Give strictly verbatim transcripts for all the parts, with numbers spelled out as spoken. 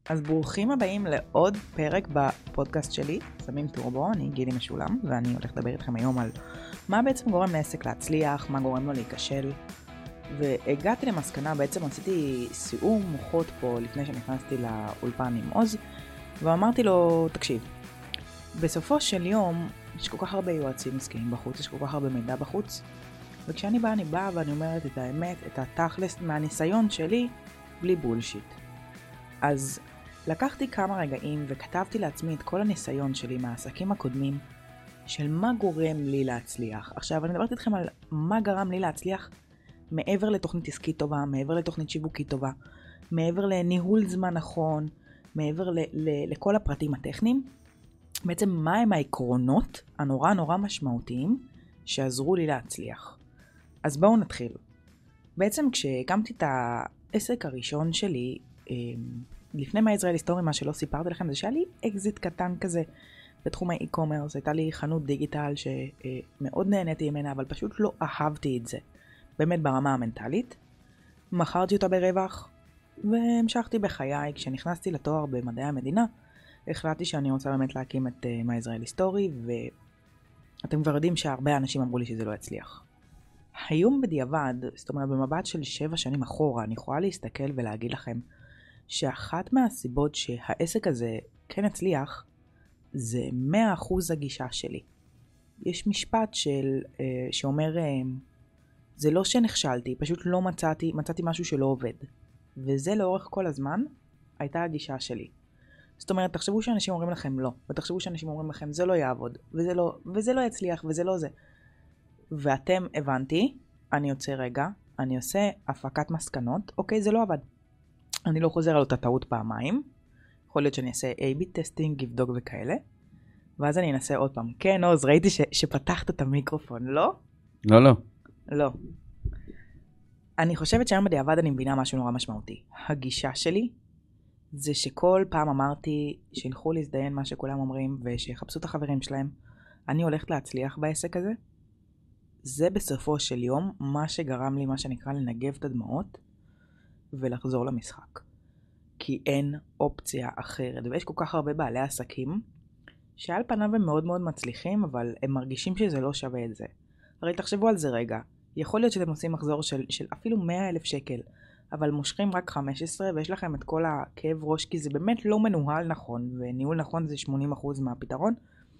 אז ברוכים הבאים לעוד פרק בפודקאסט שלי, שמים טורבו, אני גילי משולם, ואני הולך לדבר איתכם היום על מה בעצם גורם לעסק להצליח, מה גורם לו להיכשל, והגעתי למסקנה, בעצם עשיתי סיעור מוחות פה לפני שנכנסתי לאולפן עם עוז, ואמרתי לו, תקשיב, בסופו של יום יש כל כך הרבה יועצים עסקיים בחוץ, יש כל כך הרבה מידע בחוץ, וכשאני באה, אני באה ואני אומרת את האמת, את התכלס מהניסיון שלי, בלי בולשיט. אז לקחתי כמה רגעים וכתבתי לעצמי את כל הניסיון שלי מהעסקים הקודמים של מה גורם לי להצליח. עכשיו אני מדברת איתכם על מה גרם לי להצליח מעבר לתוכנית עסקית טובה, מעבר לתוכנית שיווקית טובה, מעבר לניהול זמן נכון, מעבר ל- ל- לכל הפרטים הטכניים. בעצם מה הם העקרונות הנורא נורא משמעותיים שעזרו לי להצליח. אז בואו נתחיל. בעצם כשהקמתי את העסק הראשון שלי, לפני מה ישראל היסטורי, מה שלא סיפרתי לכם, זה שהיה לי אקזיט קטן כזה בתחום האי-קומרס, הייתה לי חנות דיגיטל שמאוד נהניתי ממנה, אבל פשוט לא אהבתי את זה, באמת ברמה המנטלית. מכרתי אותה ברווח, והמשכתי בחיי. כשנכנסתי לתואר במדעי המדינה, החלטתי שאני רוצה באמת להקים את מה ישראל היסטורי, ואתם כבר יודעים שהרבה אנשים אמרו לי שזה לא יצליח. היום בדיעבד, זאת אומרת במבט של שבע שנים אחורה, אני יכולה להסתכל ולהגיד לכם, שאחת מהסיבות שהעסק הזה כן הצליח, זה מאה אחוז הגישה שלי. יש משפט של, שאומר, זה לא שנכשלתי, פשוט לא מצאתי, מצאתי משהו שלא עובד. וזה לאורך כל הזמן הייתה הגישה שלי. זאת אומרת, תחשבו שאנשים אומרים לכם לא, ותחשבו שאנשים אומרים לכם זה לא יעבוד, וזה לא, וזה לא יצליח, וזה לא זה. ואתם הבנתי, אני יוצא רגע, אני עושה הפקת מסקנות, אוקיי, זה לא עבד. אני לא חוזר על אותה טעות פעמיים. יכול להיות שאני אעשה איי בי טסטינג, יבדוק וכאלה. ואז אני אנסה עוד פעם. כן, עוז, ראיתי ש- שפתחת את המיקרופון, לא? לא, לא. לא. אני חושבת שהיום בדיעבד אני מבינה משהו נורא משמעותי. הגישה שלי זה שכל פעם אמרתי שילכו להזדיין מה שכולם אומרים ושיחפשו את החברים שלהם. אני הולכת להצליח בעסק הזה. זה בסופו של יום מה שגרם לי, מה שנקרא, לנגב את הדמעות ולחזור למשחק. כי אין אופציה אחרת. ויש כל כך הרבה בעלי עסקים שעל פניו הם מאוד מאוד מצליחים, אבל הם מרגישים שזה לא שווה את זה. הרי תחשבו על זה רגע. יכול להיות שאתם עושים מחזור של, של אפילו מאה אלף שקל, אבל מושכים רק חמש עשרה, ויש לכם את כל הכאב ראש, כי זה באמת לא מנוהל נכון, וניהול נכון זה שמונים אחוז מהפתרון.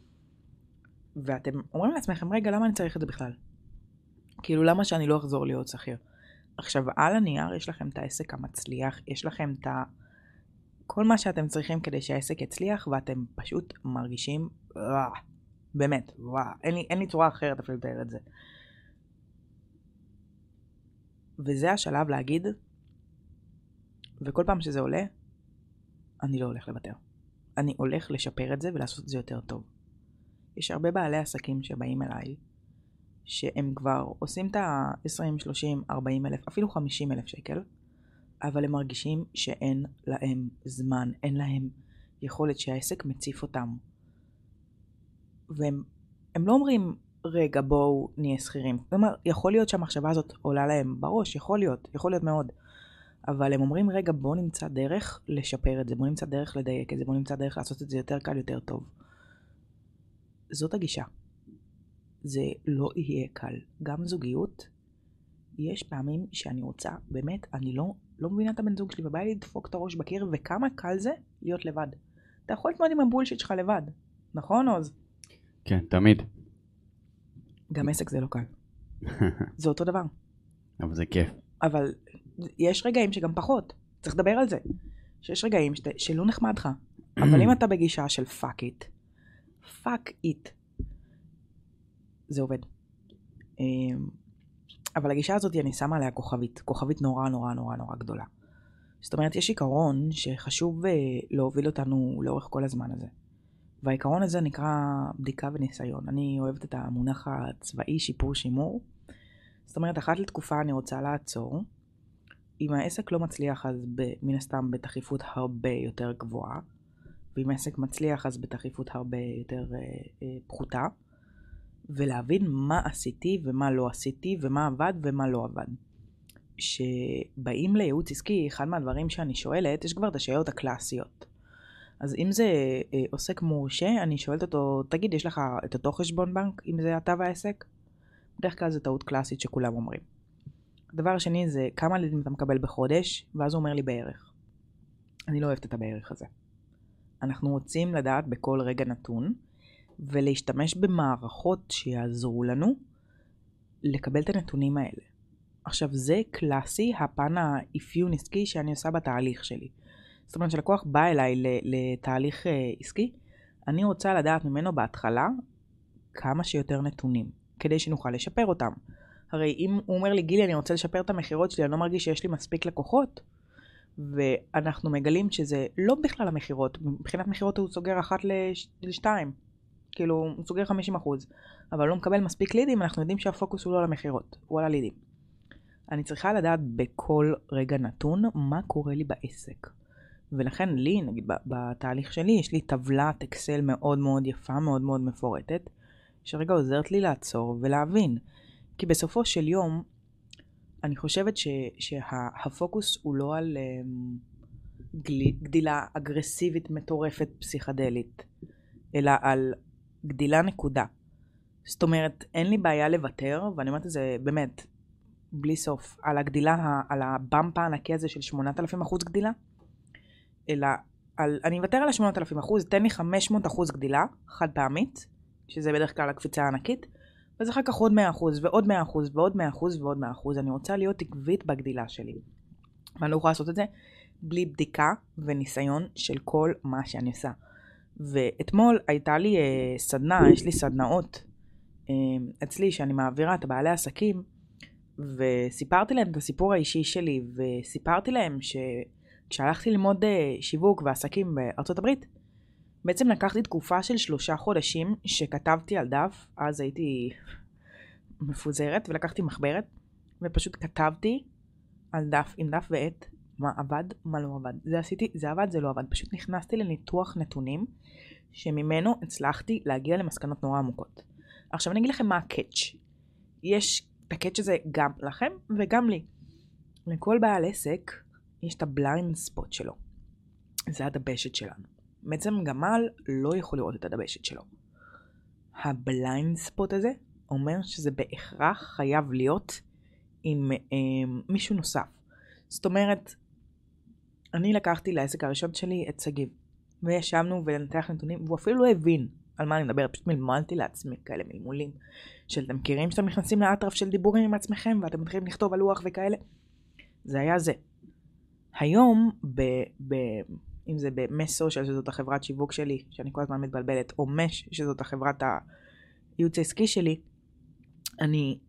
ואתם אומרים לעצמכם, רגע, למה אני צריך את זה בכלל? כאילו, למה שאני לא אחזור להיות שכיר? עכשיו, על הנייר יש לכם את העסק המצליח, יש לכם את ה... כל מה שאתם צריכים כדי שהעסק יצליח, ואתם פשוט מרגישים, וואו, באמת, וואו, אין לי, אין לי צורה אחרת אפילו לתאר את זה. וזה השלב להגיד, וכל פעם שזה עולה, אני לא הולך לוותר. אני הולך לשפר את זה ולעשות את זה יותר טוב. יש הרבה בעלי עסקים שבאים אליי, שהם כבר עושים את ה-עשרים, שלושים, ארבעים אלף, אפילו חמישים אלף שקל, אבל הם מרגישים שאין להם זמן, אין להם יכולת שהעסק מציף אותם. והם הם לא אומרים, רגע בואו נהיה שכירים. זאת אומרת, יכול להיות שהמחשבה הזאת עולה להם בראש, יכול להיות, יכול להיות מאוד. אבל הם אומרים, רגע בואו נמצא דרך לשפר את זה, בואו נמצא דרך לדייק את זה, בואו נמצא דרך לעשות את זה יותר קל, יותר טוב. זאת הגישה. זה לא יהיה קל. גם זוגיות, יש פעמים שאני רוצה, באמת, אני לא, לא מבינה את הבן זוג שלי, ובא לי לדפוק את הראש בקיר, וכמה קל זה להיות לבד. אתה יכול להתמודד עם הבולשיט שלך לבד. נכון, עוז? כן, תמיד. גם עסק זה לא קל. זה אותו דבר. אבל זה כיף. אבל יש רגעים שגם פחות. צריך לדבר על זה. שיש רגעים שת, שלא נחמד לך. אבל אם אתה בגישה של fuck it, fuck it, זה עובד. אבל הגישה הזאת אני שמה עליה כוכבית, כוכבית נורא נורא נורא נורא גדולה. זאת אומרת, יש עיקרון שחשוב להוביל אותנו לאורך כל הזמן הזה. והעיקרון הזה נקרא בדיקה וניסיון. אני אוהבת את המונח הצבאי שיפור שימור. זאת אומרת, אחת לתקופה אני רוצה לעצור. אם העסק לא מצליח, אז מן הסתם בתחיפות הרבה יותר גבוהה. ואם העסק מצליח, אז בתחיפות הרבה יותר אה, אה, פחותה. ולהבין מה עשיתי ומה לא עשיתי, ומה עבד ומה לא עבד. שבאים לייעוץ עסקי, אחד מהדברים שאני שואלת, יש כבר את השאלות הקלאסיות. אז אם זה אה, עוסק מורשה, אני שואלת אותו, תגיד, יש לך את אותו חשבון בנק, אם זה אתה והעסק? בדרך כלל זו טעות קלאסית שכולם אומרים. הדבר השני זה, כמה לידים אתה מקבל בחודש? ואז הוא אומר לי בערך. אני לא אוהבת את הבערך הזה. אנחנו רוצים לדעת בכל רגע נתון, ולהשתמש במערכות שיעזרו לנו לקבל את הנתונים האלה. עכשיו, זה קלאסי, הפן האפיון עסקי שאני עושה בתהליך שלי. זאת אומרת, שלקוח בא אליי לתהליך עסקי, אני רוצה לדעת ממנו בהתחלה כמה שיותר נתונים, כדי שנוכל לשפר אותם. הרי אם הוא אומר לי, גילי, אני רוצה לשפר את המחירות שלי, אני לא מרגיש שיש לי מספיק לקוחות, ואנחנו מגלים שזה לא בכלל המחירות, מבחינת מחירות הוא סוגר אחת לשתיים, כאילו הוא סוגר חמישים אחוז, אבל לא מקבל מספיק לידים, אנחנו יודעים שהפוקוס הוא לא על המחירות, הוא על הלידים. אני צריכה לדעת בכל רגע נתון מה קורה לי בעסק. ולכן לי, נגיד בתהליך שלי, יש לי טבלת אקסל מאוד מאוד יפה, מאוד מאוד מפורטת, שרגע עוזרת לי לעצור ולהבין. כי בסופו של יום, אני חושבת ש, שהפוקוס הוא לא על um, גדילה אגרסיבית מטורפת פסיכדלית, אלא על גדילה נקודה. זאת אומרת, אין לי בעיה לוותר, ואני אומרת את זה באמת, בלי סוף, על הגדילה, על הבמפה הענקי הזה של שמונת אלפים אחוז גדילה, אלא על, אני אוותר על ה-שמונת אלפים אחוז, תן לי חמש מאות אחוז גדילה, חד פעמית, שזה בדרך כלל הקפיצה הענקית, ואז אחר כך עוד מאה אחוז, ועוד מאה אחוז, ועוד מאה אחוז, ועוד מאה אחוז. אני רוצה להיות עקבית בגדילה שלי. ואני לא יכולה לעשות את זה בלי בדיקה וניסיון של כל מה שאני עושה. ואתמול הייתה לי אה, סדנה, יש לי סדנאות אה, אצלי שאני מעבירה את בעלי עסקים, וסיפרתי להם את הסיפור האישי שלי, וסיפרתי להם שכשהלכתי ללמוד אה, שיווק ועסקים בארצות הברית, בעצם לקחתי תקופה של שלושה חודשים שכתבתי על דף, אז הייתי מפוזרת, ולקחתי מחברת, ופשוט כתבתי על דף, עם דף ועט, מה עבד, מה לא עבד. זה עשיתי, זה עבד, זה לא עבד. פשוט נכנסתי לניתוח נתונים, שממנו הצלחתי להגיע למסקנות נורא עמוקות. עכשיו אני אגיד לכם מה הקאץ'. יש את הקאץ' הזה גם לכם וגם לי. לכל בעל עסק יש את הבליינד ספוט שלו. זה הדבשת שלנו. בעצם גמל לא יכול לראות את הדבשת שלו. הבליינד ספוט הזה אומר שזה בהכרח חייב להיות עם אה, מישהו נוסף. זאת אומרת, אני לקחתי לעסק הראשון שלי את סגיב, וישבנו ולנתח נתונים, והוא אפילו לא הבין על מה אני מדבר, פשוט מלמלתי לעצמי כאלה מלמולים, שאתם מכירים שאתם נכנסים לאטרף של דיבורים עם עצמכם, ואתם מתחילים לכתוב על לוח וכאלה. זה היה זה. היום, ב... ב אם זה במש סושיאל, שזאת החברת שיווק שלי, שאני כל הזמן מתבלבלת, או מש, שזאת החברת הייעוץ העסקי שלי, אני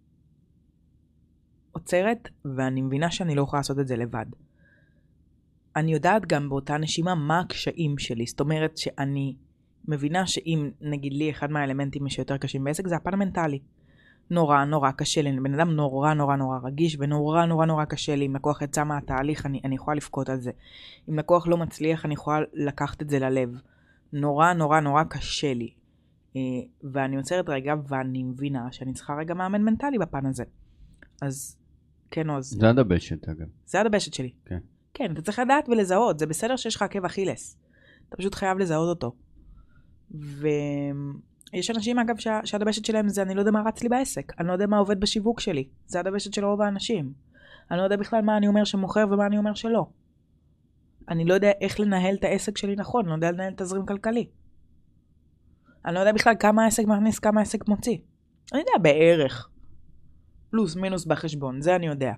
עוצרת, ואני מבינה שאני לא יכולה לעשות את זה לבד. אני יודעת גם באותה נשימה מה הקשיים שלי, זאת אומרת שאני מבינה שאם נגיד לי אחד מהאלמנטים שיותר קשים בעסק, זה הפן המנטלי. נורא נורא קשה לי, בן אדם נורא נורא נורא רגיש, ונורא נורא נורא קשה לי, אם לקוח יצא מהתהליך, אני, אני יכולה לפקוט על זה. אם לקוח לא מצליח, אני יכולה לקחת את זה ללב. נורא נורא נורא קשה לי. ואני עוצרת רגע, ואני מבינה שאני צריכה רגע מאמן מנטלי בפן הזה. אז, כן עוז. זה הדבשת, אגב. זה הדבשת שלי. כן. כן, אתה צריך לדעת ולזהות. זה בסדר שיש לך עקב אכילס. אתה פשוט חייב לזהות אותו. ו... יש אנשים אגב שה, שהדבשת שלהם זה אני לא יודע מה רץ לי בעסק, אני לא יודע מה עובד בשיווק שלי, זה הדבשת של רוב האנשים. אני לא יודע בכלל מה אני אומר שמוכר ומה אני אומר שלא. אני לא יודע איך לנהל את העסק שלי נכון, אני לא יודע לנהל תזרים כלכלי. אני לא יודע בכלל כמה העסק מכניס, כמה העסק מוציא. אני יודע בערך, פלוס מינוס בחשבון, זה אני יודע.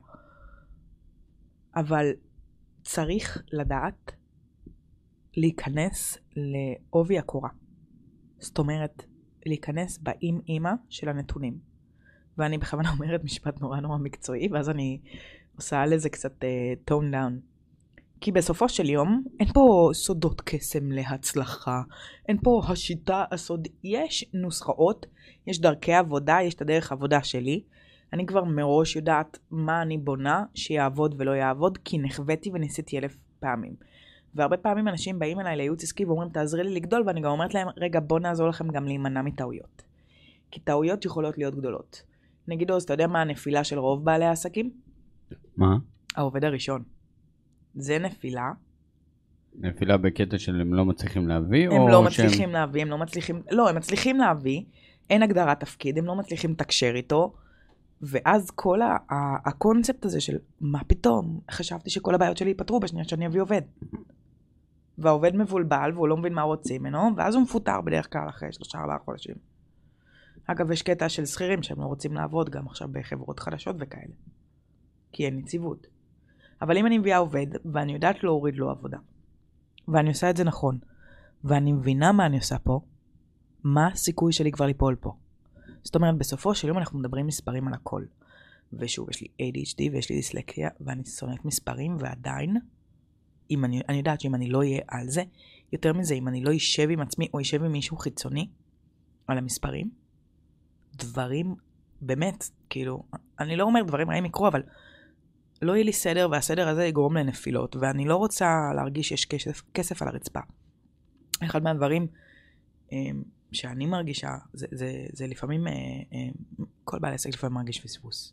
אבל צריך לדעת להיכנס לעובי הקורה. זאת אומרת, להיכנס באם אימא של הנתונים. ואני בכוונה אומרת משפט נורא נורא מקצועי, ואז אני עושה על זה קצת uh, tone down. כי בסופו של יום, אין פה סודות קסם להצלחה, אין פה השיטה הסוד, יש נוסחאות, יש דרכי עבודה, יש את הדרך עבודה שלי. אני כבר מראש יודעת מה אני בונה שיעבוד ולא יעבוד, כי נחוויתי וניסיתי אלף פעמים. והרבה פעמים אנשים באים אליי לייעוץ עסקי ואומרים תעזרי לי לגדול, ואני גם אומרת להם רגע בוא נעזור לכם גם להימנע מטעויות. כי טעויות יכולות להיות גדולות. נגיד עוז, אתה יודע מה הנפילה של רוב בעלי העסקים? מה? העובד הראשון. זה נפילה. נפילה בקטע של הם לא מצליחים להביא? הם או לא שהם... מצליחים להביא, הם לא מצליחים, לא, הם מצליחים להביא, אין הגדרת תפקיד, הם לא מצליחים לתקשר איתו, ואז כל ה- ה- הקונספט הזה של מה פתאום, חשבתי שכל הבעיות שלי ייפתרו בשנייה שאני אביא עובד. והעובד מבולבל והוא לא מבין מה רוצים ממנו, ואז הוא מפוטר בדרך כלל אחרי שלושה ארבעה חודשים. אגב, יש קטע של שכירים שהם לא רוצים לעבוד גם עכשיו בחברות חדשות וכאלה. כי אין נציבות. אבל אם אני מביאה עובד, ואני יודעת להוריד לו עבודה, ואני עושה את זה נכון, ואני מבינה מה אני עושה פה, מה הסיכוי שלי כבר ליפול פה? זאת אומרת, בסופו של יום אנחנו מדברים מספרים על הכל. ושוב, יש לי איי די אייץ' די ויש לי דיסלקציה, ואני שונאת מספרים, ועדיין, אם אני, אני יודעת שאם אני לא אהיה על זה, יותר מזה, אם אני לא יישב עם עצמי, או יישב עם מישהו חיצוני, על המספרים, דברים, באמת, כאילו, אני לא אומר דברים רעים יקרו, אבל לא יהיה לי סדר, והסדר הזה יגרום לנפילות, ואני לא רוצה להרגיש שיש כסף, כסף על הרצפה. אחד מהדברים שאני מרגישה, זה, זה, זה לפעמים, כל בעל עסק לפעמים מרגיש פספוס.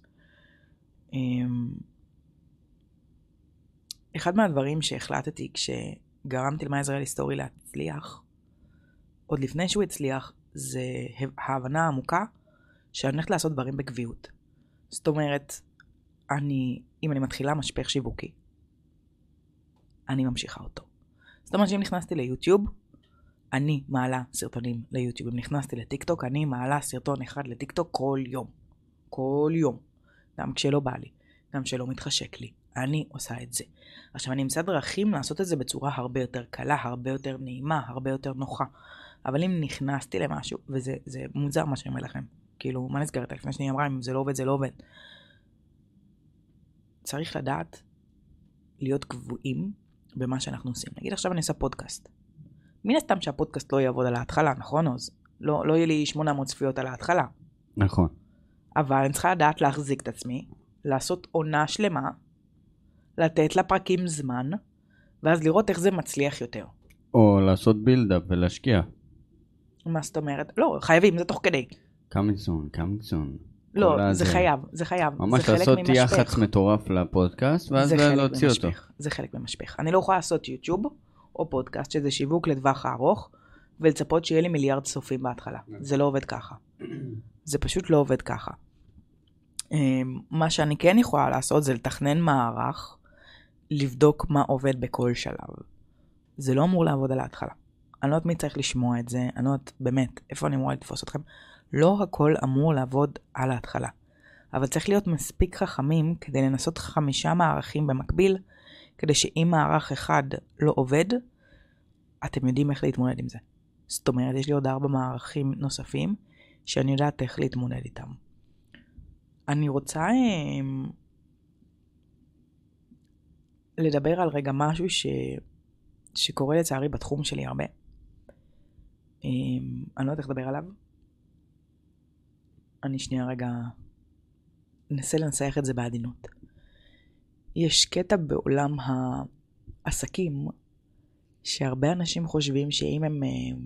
אחד מהדברים שהחלטתי כשגרמתי למה עזריה היסטורי להצליח, עוד לפני שהוא הצליח, זה ההבנה העמוקה שאני הולכת לעשות דברים בקביעות. זאת אומרת, אני, אם אני מתחילה משפך שיווקי, אני ממשיכה אותו. זאת אומרת שאם נכנסתי ליוטיוב, אני מעלה סרטונים ליוטיוב. אם נכנסתי לטיקטוק, אני מעלה סרטון אחד לטיקטוק כל יום. כל יום. גם כשלא בא לי, גם כשלא מתחשק לי. אני עושה את זה. עכשיו, אני אמצא דרכים לעשות את זה בצורה הרבה יותר קלה, הרבה יותר נעימה, הרבה יותר נוחה. אבל אם נכנסתי למשהו, וזה זה מוזר מה שאני אומר לכם, כאילו, מה נסגרת? לפני שאני אמרה, אם זה לא עובד, זה לא עובד. צריך לדעת להיות קבועים במה שאנחנו עושים. נגיד עכשיו אני עושה פודקאסט. מן הסתם שהפודקאסט לא יעבוד על ההתחלה, נכון? אז לא, לא יהיה לי שמונה מאות צפיות על ההתחלה. נכון. אבל אני צריכה לדעת להחזיק את עצמי, לעשות עונה שלמה, לתת לה פרקים זמן, ואז לראות איך זה מצליח יותר. או לעשות בילדאפ ולהשקיע. מה זאת אומרת? לא, חייבים, זה תוך כדי. קמינסון, קמינסון. לא, זה חייב, זה חייב. ממש לעשות יח"צ מטורף לפודקאסט, ואז להוציא אותו. זה חלק ממשפך. אני לא יכולה לעשות יוטיוב או פודקאסט, שזה שיווק לטווח הארוך, ולצפות שיהיה לי מיליארד צופים בהתחלה. זה לא עובד ככה. זה פשוט לא עובד ככה. מה שאני כן יכולה לעשות, זה לתכנן מערך, לבדוק מה עובד בכל שלב. זה לא אמור לעבוד על ההתחלה. אני לא יודעת מי צריך לשמוע את זה, אני לא יודעת באמת איפה אני אמורה לתפוס אתכם. לא הכל אמור לעבוד על ההתחלה. אבל צריך להיות מספיק חכמים כדי לנסות חמישה מערכים במקביל, כדי שאם מערך אחד לא עובד, אתם יודעים איך להתמודד עם זה. זאת אומרת, יש לי עוד ארבע מערכים נוספים, שאני יודעת איך להתמודד איתם. אני רוצה אה, לדבר על רגע משהו ש... שקורה לצערי בתחום שלי הרבה. אה, אני לא יודעת איך לדבר עליו. אני שנייה רגע אנסה לנסח את זה בעדינות. יש קטע בעולם העסקים שהרבה אנשים חושבים שאם הם אה,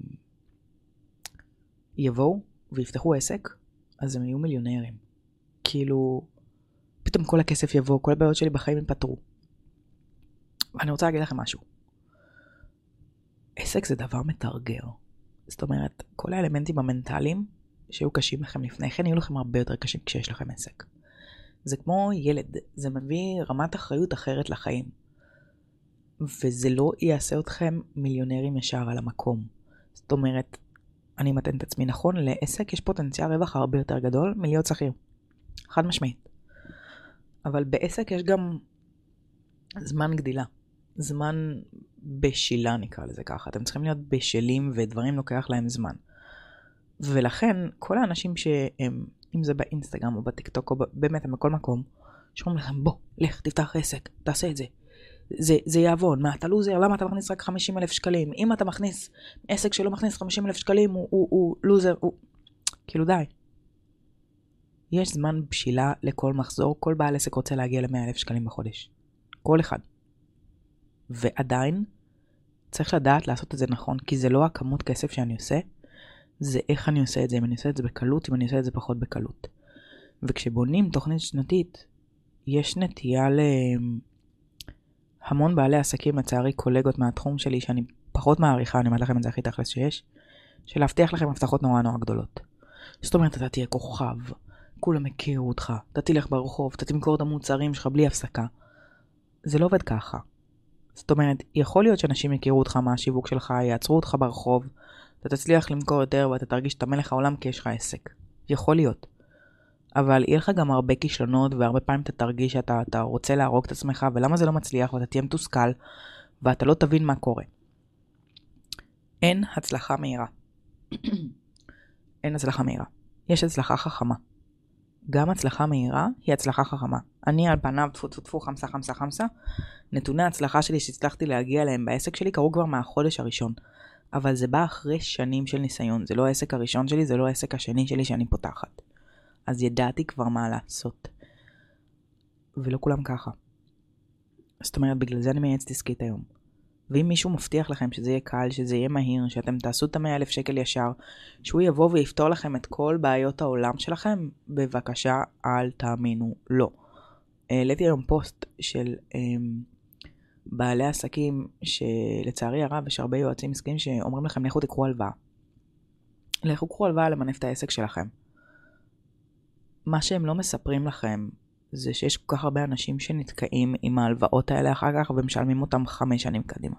יבואו ויפתחו עסק, אז הם יהיו מיליונרים. כאילו, פתאום כל הכסף יבוא, כל הבעיות שלי בחיים ייפתרו. ואני רוצה להגיד לכם משהו. עסק זה דבר מתרגר. זאת אומרת, כל האלמנטים המנטליים שהיו קשים לכם לפני כן, יהיו לכם הרבה יותר קשים כשיש לכם עסק. זה כמו ילד, זה מביא רמת אחריות אחרת לחיים. וזה לא יעשה אתכם מיליונרים ישר על המקום. זאת אומרת, אני מתן את עצמי נכון, לעסק יש פוטנציאל רווח הרבה יותר גדול מלהיות שכיר. חד משמעית. אבל בעסק יש גם זמן גדילה. זמן בשילה נקרא לזה ככה. אתם צריכים להיות בשלים ודברים לוקח להם זמן. ולכן כל האנשים שהם, אם זה באינסטגרם או בטיקטוק או באמת הם בכל מקום, שאומרים לכם בוא, לך, תפתח עסק, תעשה את זה. זה, זה יעבוד. מה, אתה לוזר? למה אתה מכניס רק חמישים אלף שקלים? אם אתה מכניס עסק שלא מכניס חמישים אלף שקלים, הוא, הוא, הוא לוזר, הוא... כאילו די. יש זמן בשילה לכל מחזור, כל בעל עסק רוצה להגיע ל-מאה אלף שקלים בחודש. כל אחד. ועדיין צריך לדעת לעשות את זה נכון, כי זה לא הכמות כסף שאני עושה, זה איך אני עושה את זה, אם אני עושה את זה בקלות, אם אני עושה את זה פחות בקלות. וכשבונים תוכנית שנתית, יש נטייה להמון בעלי עסקים, לצערי קולגות מהתחום שלי, שאני פחות מעריכה, אני אומרת לכם את זה הכי תכלס שיש, של להבטיח לכם הבטחות נורא נורא גדולות. זאת אומרת, אתה תהיה כוכב, כולם הכירו אותך, אתה תלך ברחוב, אתה תמכור את המוצרים שלך בלי הפסקה. זה לא עובד ככה. זאת אומרת, יכול להיות שאנשים יכירו אותך מהשיווק שלך, יעצרו אותך ברחוב, אתה תצליח למכור יותר ואתה תרגיש את המלך העולם כי יש לך עסק. יכול להיות. אבל יהיה לך גם הרבה כישלונות, והרבה פעמים אתה תרגיש שאתה אתה רוצה להרוג את עצמך, ולמה זה לא מצליח, ואתה תהיה מתוסכל, ואתה לא תבין מה קורה. אין הצלחה מהירה. אין הצלחה מהירה. יש הצלחה חכמה. גם הצלחה מהירה היא הצלחה חכמה. אני על פניו תפו תפו תפו חמסה חמסה חמסה, נתוני ההצלחה שלי שהצלחתי להגיע אליהם בעסק שלי קרו כבר מהחודש הראשון. אבל זה בא אחרי שנים של ניסיון. זה לא העסק הראשון שלי, זה לא העסק השני שלי שאני פותחת. אז ידעתי כבר מה לעשות. ולא כולם ככה. זאת אומרת, בגלל זה אני מייעצת עסקית היום. ואם מישהו מבטיח לכם שזה יהיה קל, שזה יהיה מהיר, שאתם תעשו את המאה אלף שקל ישר, שהוא יבוא ויפתור לכם את כל בעיות העולם שלכם, בבקשה אל תאמינו לא. העליתי היום פוסט של um, בעלי עסקים, שלצערי הרב יש הרבה יועצים עסקיים שאומרים לכם, לכו תקחו הלוואה. לכו תקחו הלוואה למנף את העסק שלכם. מה שהם לא מספרים לכם, זה שיש כל כך הרבה אנשים שנתקעים עם ההלוואות האלה אחר כך, ומשלמים אותם חמש שנים קדימה.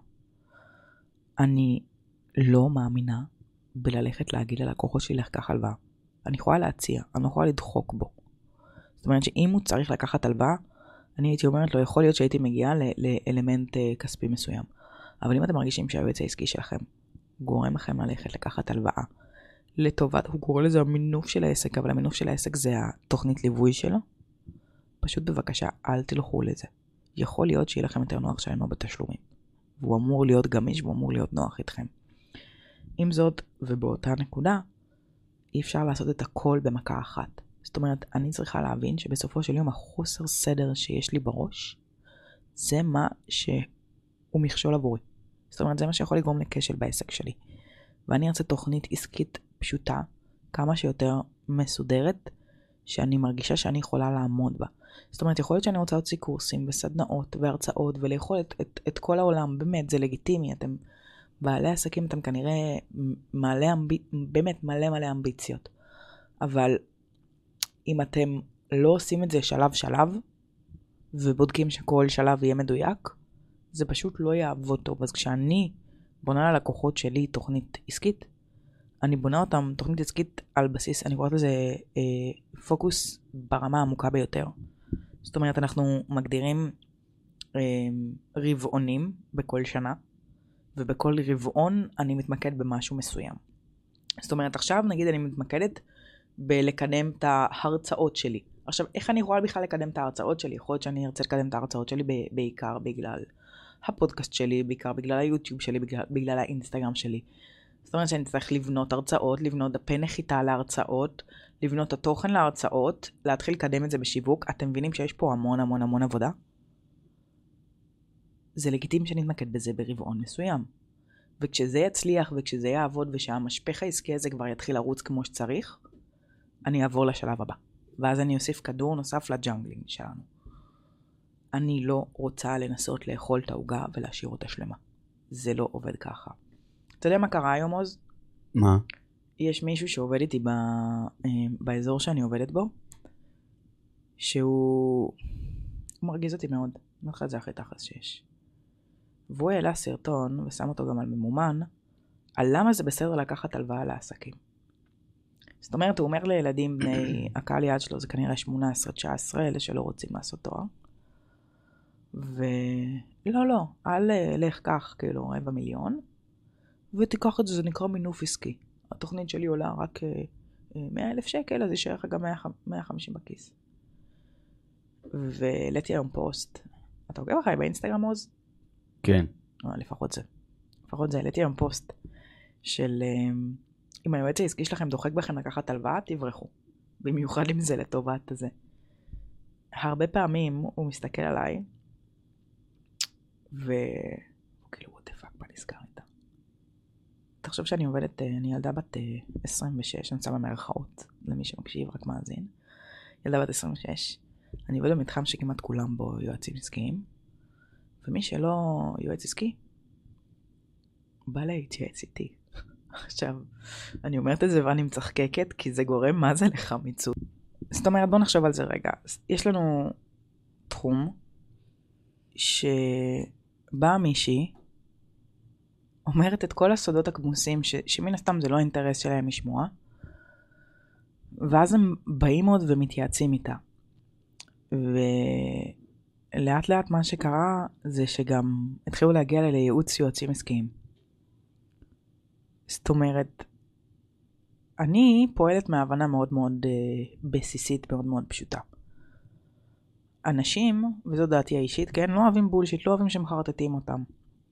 אני לא מאמינה בללכת להגיד ללקוחות שלי לקח הלוואה. אני יכולה להציע, אני לא יכולה לדחוק בו. זאת אומרת שאם הוא צריך לקחת הלוואה, אני הייתי אומרת לו, יכול להיות שהייתי מגיעה לאלמנט כספי מסוים. אבל אם אתם מרגישים שהיועץ העסקי שלכם גורם לכם ללכת לקחת הלוואה, לטובת, הוא קורא לזה המינוף של העסק, אבל המינוף של העסק זה התוכנית ליווי שלו, פשוט בבקשה אל תלכו לזה. יכול להיות שיהיה לכם יותר נוח שלנו בתשלומים. והוא אמור להיות גמיש והוא אמור להיות נוח איתכם. עם זאת, ובאותה נקודה, אי אפשר לעשות את הכל במכה אחת. זאת אומרת, אני צריכה להבין שבסופו של יום החוסר סדר שיש לי בראש, זה מה שהוא מכשול עבורי. זאת אומרת, זה מה שיכול לגרום לכשל בעסק שלי. ואני ארצה תוכנית עסקית פשוטה, כמה שיותר מסודרת, שאני מרגישה שאני יכולה לעמוד בה. זאת אומרת, יכול להיות שאני רוצה להוציא קורסים וסדנאות והרצאות ולאכול את, את, את כל העולם. באמת, זה לגיטימי. אתם בעלי עסקים, אתם כנראה מלא, באמת מלא מלא אמביציות. אבל אם אתם לא עושים את זה שלב שלב, ובודקים שכל שלב יהיה מדויק, זה פשוט לא יעבוד טוב. אז כשאני בונה ללקוחות שלי תוכנית עסקית, אני בונה אותם תוכנית עסקית על בסיס, אני קוראת לזה אה, פוקוס ברמה העמוקה ביותר. זאת אומרת, אנחנו מגדירים אה, רבעונים בכל שנה, ובכל רבעון אני מתמקד במשהו מסוים. זאת אומרת, עכשיו נגיד אני מתמקדת בלקדם את ההרצאות שלי. עכשיו, איך אני יכולה בכלל לקדם את ההרצאות שלי? יכול להיות שאני ארצה לקדם את ההרצאות שלי ב- בעיקר בגלל הפודקאסט שלי, בעיקר בגלל היוטיוב שלי, בגלל, בגלל האינסטגרם שלי. זאת אומרת שאני צריך לבנות הרצאות, לבנות דפי נחיתה להרצאות, לבנות את התוכן להרצאות, להתחיל לקדם את זה בשיווק. אתם מבינים שיש פה המון המון המון עבודה? זה לגיטימי שנתמקד בזה ברבעון מסוים. וכשזה יצליח וכשזה יעבוד ושהמשפך העסקי הזה כבר יתחיל לרוץ כמו שצריך, אני אעבור לשלב הבא. ואז אני אוסיף כדור נוסף לג'אנגלינג שלנו. אני לא רוצה לנסות לאכול את העוגה ולהשאיר אותה שלמה. זה לא עובד ככה. אתה יודע מה קרה היום, עוז? מה? יש מישהו שעובד איתי ב... באזור שאני עובדת בו, שהוא הוא מרגיז אותי מאוד. אני אומר לך את זה הכי תחס שיש. והוא העלה סרטון, ושם אותו גם על ממומן, על למה זה בסדר לקחת הלוואה לעסקים. זאת אומרת, הוא אומר לילדים בני, הקהל יעד שלו זה כנראה שמונה עשרה תשע עשרה, אלה שלא רוצים לעשות תואר. ולא, לא, אל לך כך, כאילו, רבע מיליון, ותיקח את זה, זה נקרא מינוף עסקי. התוכנית שלי עולה רק מאה אלף שקל, אז יישאר לך גם מאה וחמישים בכיס. והעליתי היום פוסט. אתה עוקב אחרי באינסטגרם, עוז? כן. אה, לפחות זה. לפחות זה, העליתי היום פוסט של... אם היועץ העסקי שלכם דוחק בכם לקחת הלוואה, תברחו. במיוחד אם זה לטובת הזה. הרבה פעמים הוא מסתכל עליי, והוא כאילו, what the fuck, מה נזכר איתה? תחשוב שאני עובדת, אני ילדה בת עשרים ושש, אני שמה מרכאות, למי שמקשיב, רק מאזין. ילדה בת עשרים ושש, אני עובד במתחם שכמעט כולם בו יועצים עסקיים, ומי שלא יועץ עסקי, בא להתייעץ איתי. עכשיו, אני אומרת את זה ואני מצחקקת, כי זה גורם מה זה לחמיצות. זאת אומרת, בוא נחשוב על זה רגע. יש לנו תחום, שבאה מישהי, אומרת את כל הסודות הכמוסים, ש, שמן הסתם זה לא האינטרס שלהם לשמוע, ואז הם באים עוד ומתייעצים איתה. ולאט לאט מה שקרה, זה שגם התחילו להגיע לייעוץ יועצים עסקיים. זאת אומרת, אני פועלת מהבנה מאוד מאוד uh, בסיסית, מאוד מאוד פשוטה. אנשים, וזו דעתי האישית, כן, לא אוהבים בולשיט, לא אוהבים שמחרטטים אותם.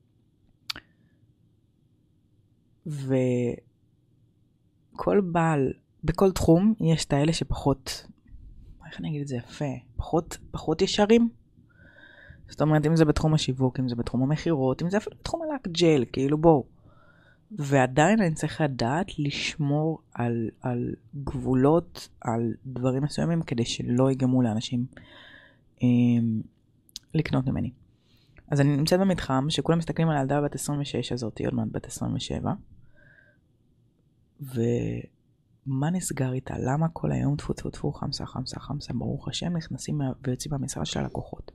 וכל בעל, בכל תחום, יש את האלה שפחות, איך אני אגיד את זה יפה, פחות, פחות ישרים. זאת אומרת, אם זה בתחום השיווק, אם זה בתחום המחירות, אם זה אפילו בתחום הלק ג'ל, כאילו בואו. ועדיין אני צריך לדעת לשמור על, על גבולות, על דברים מסוימים, כדי שלא ייגמו לאנשים אה, לקנות ממני. אז אני נמצאת במתחם, שכולם מסתכלים על הילדה בת עשרים ושש הזאת, עוד מעט בת עשרים ושבע, ומה נסגר איתה? למה כל היום תפו תפו תפו, חמסה חמסה חמסה, ברוך השם, נכנסים ויוצאים מהמשרד של הלקוחות.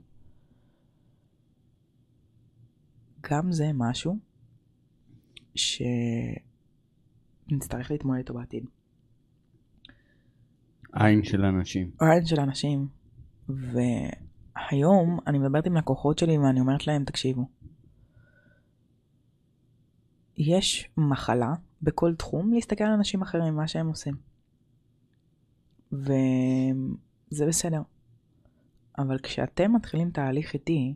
גם זה משהו, שנצטרך להתמודד איתו בעתיד. עין של אנשים. עין של אנשים. והיום אני מדברת עם לקוחות שלי ואני אומרת להם, תקשיבו. יש מחלה בכל תחום להסתכל על אנשים אחרים, מה שהם עושים. וזה בסדר. אבל כשאתם מתחילים תהליך איתי,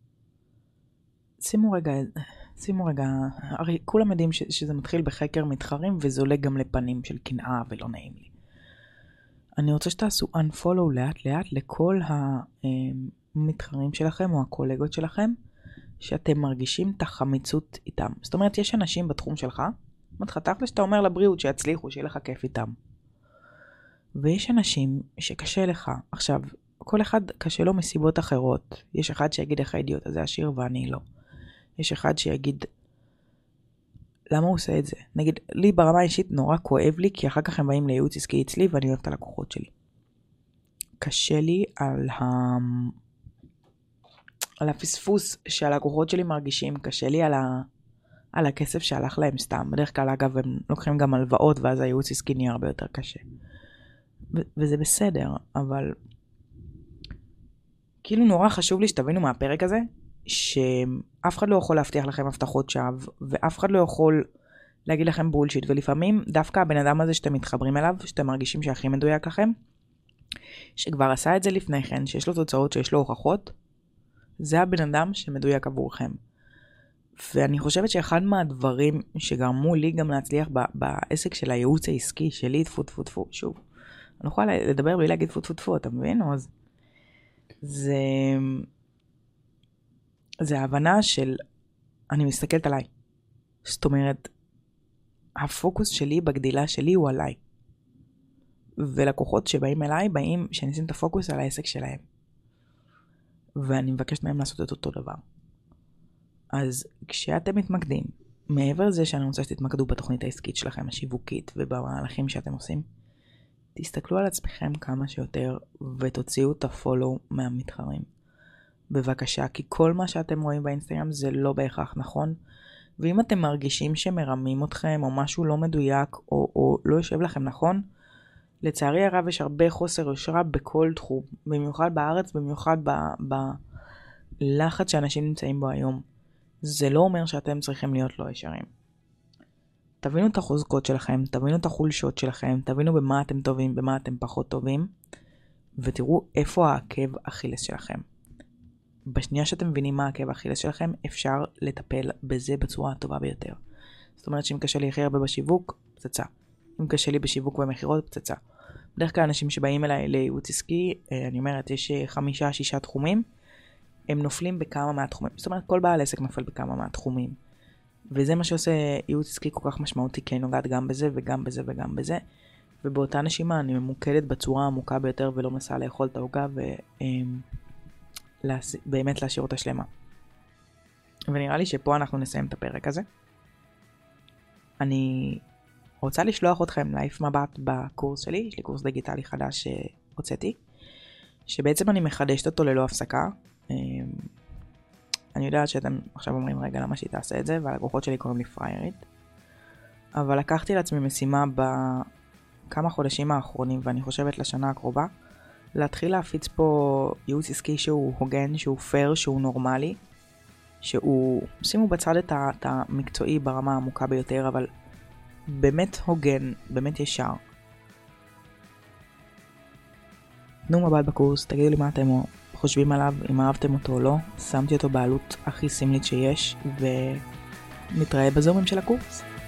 שימו רגע, שימו רגע, הרי כולם יודעים ש, שזה מתחיל בחקר מתחרים, וזה עולה גם לפנים של קנאה ולא נעים לי. אני רוצה שתעשו unfollow לאט לאט לכל המתחרים שלכם או הקולגות שלכם, שאתם מרגישים את החמיצות איתם. זאת אומרת, יש אנשים בתחום שלך, מתחתך שאתה אומר לבריאות שיצליחו, שיהיה לך כיף איתם. ויש אנשים שקשה לך. עכשיו, כל אחד קשה לו מסיבות אחרות. יש אחד שיגיד איך האידיוט הזה עשיר ואני לא. יש אחד שיגיד, למה הוא עושה את זה? נגיד, לי ברמה האישית נורא כואב לי, כי אחר כך הם באים לייעוץ עסקי אצלי, ואני אוהבת את הלקוחות שלי. קשה לי על, ה... על הפספוס שהלקוחות שלי מרגישים, קשה לי על, ה... על הכסף שהלך להם סתם. בדרך כלל, אגב, הם לוקחים גם הלוואות, ואז הייעוץ עסקי נהיה הרבה יותר קשה. ו... וזה בסדר, אבל כאילו נורא חשוב לי שתבינו מהפרק הזה, שאף אחד לא יכול להבטיח לכם הבטחות שווא, ואף אחד לא יכול להגיד לכם בולשיט, ולפעמים דווקא הבן אדם הזה שאתם מתחברים אליו, שאתם מרגישים שהכי מדויק לכם, שכבר עשה את זה לפני כן, שיש לו תוצאות, שיש לו הוכחות, זה הבן אדם שמדויק עבורכם. ואני חושבת שאחד מהדברים שגרמו לי גם להצליח בעסק של הייעוץ העסקי שלי, תפו תפו תפו, שוב, אני לא יכולה לדבר בלי להגיד תפו תפו תפו, אתה מבין? אז זה... זה ההבנה של, אני מסתכלת עליי. זאת אומרת, הפוקוס שלי בגדילה שלי הוא עליי. ולקוחות שבאים אליי, באים שנשים את הפוקוס על העסק שלהם. ואני מבקשת מהם לעשות את אותו דבר. אז כשאתם מתמקדים, מעבר לזה שאני רוצה שתתמקדו בתוכנית העסקית שלכם, השיווקית, ובמהלכים שאתם עושים, תסתכלו על עצמכם כמה שיותר, ותוציאו את הפולו מהמתחרים. בבקשה, כי כל מה שאתם רואים באינסטגרם זה לא בהכרח נכון, ואם אתם מרגישים שמרמים אתכם, או משהו לא מדויק, או, או לא יושב לכם נכון, לצערי הרב יש הרבה חוסר יושרה בכל תחום, במיוחד בארץ, במיוחד בלחץ שאנשים נמצאים בו היום. זה לא אומר שאתם צריכים להיות לא ישרים. תבינו את החוזקות שלכם, תבינו את החולשות שלכם, תבינו במה אתם טובים, במה אתם פחות טובים, ותראו איפה העקב אכילס שלכם. בשנייה שאתם מבינים מה העקב האכילס שלכם, אפשר לטפל בזה בצורה הטובה ביותר. זאת אומרת שאם קשה לי הכי הרבה בשיווק, פצצה. אם קשה לי בשיווק ומחירות, פצצה. בדרך כלל אנשים שבאים אליי לייעוץ עסקי, אני אומרת, יש חמישה, שישה תחומים, הם נופלים בכמה מהתחומים. זאת אומרת, כל בעל עסק נופל בכמה מהתחומים. וזה מה שעושה ייעוץ עסקי כל כך משמעותי, כי אני נוגעת גם בזה וגם בזה וגם בזה. ובאותה נשימה אני ממוקדת בצורה העמוקה ביותר ולא מנסה לאכול את העוגה ובאמת להשאיר אותה שלמה. ונראה לי שפה אנחנו נסיים את הפרק הזה. אני רוצה לשלוח אתכם להעיף מבט בקורס שלי, יש לי קורס דיגיטלי חדש שהוצאתי, שבעצם אני מחדשת אותו ללא הפסקה. אני יודעת שאתם עכשיו אומרים רגע למה שהיא תעשה את זה, והלקוחות שלי קוראים לי פריירית. אבל לקחתי לעצמי משימה בכמה חודשים האחרונים, ואני חושבת לשנה הקרובה, להתחיל להפיץ פה ייעוץ עסקי שהוא הוגן, שהוא פייר, שהוא נורמלי, שהוא, שימו בצד את המקצועי ברמה העמוקה ביותר, אבל באמת הוגן, באמת ישר. תנו מבט בקורס, תגידו לי מה אתם חושבים עליו, אם אהבתם אותו או לא. שמתי אותו בעלות הכי סמלית שיש, ונתראה בזומים של הקורס.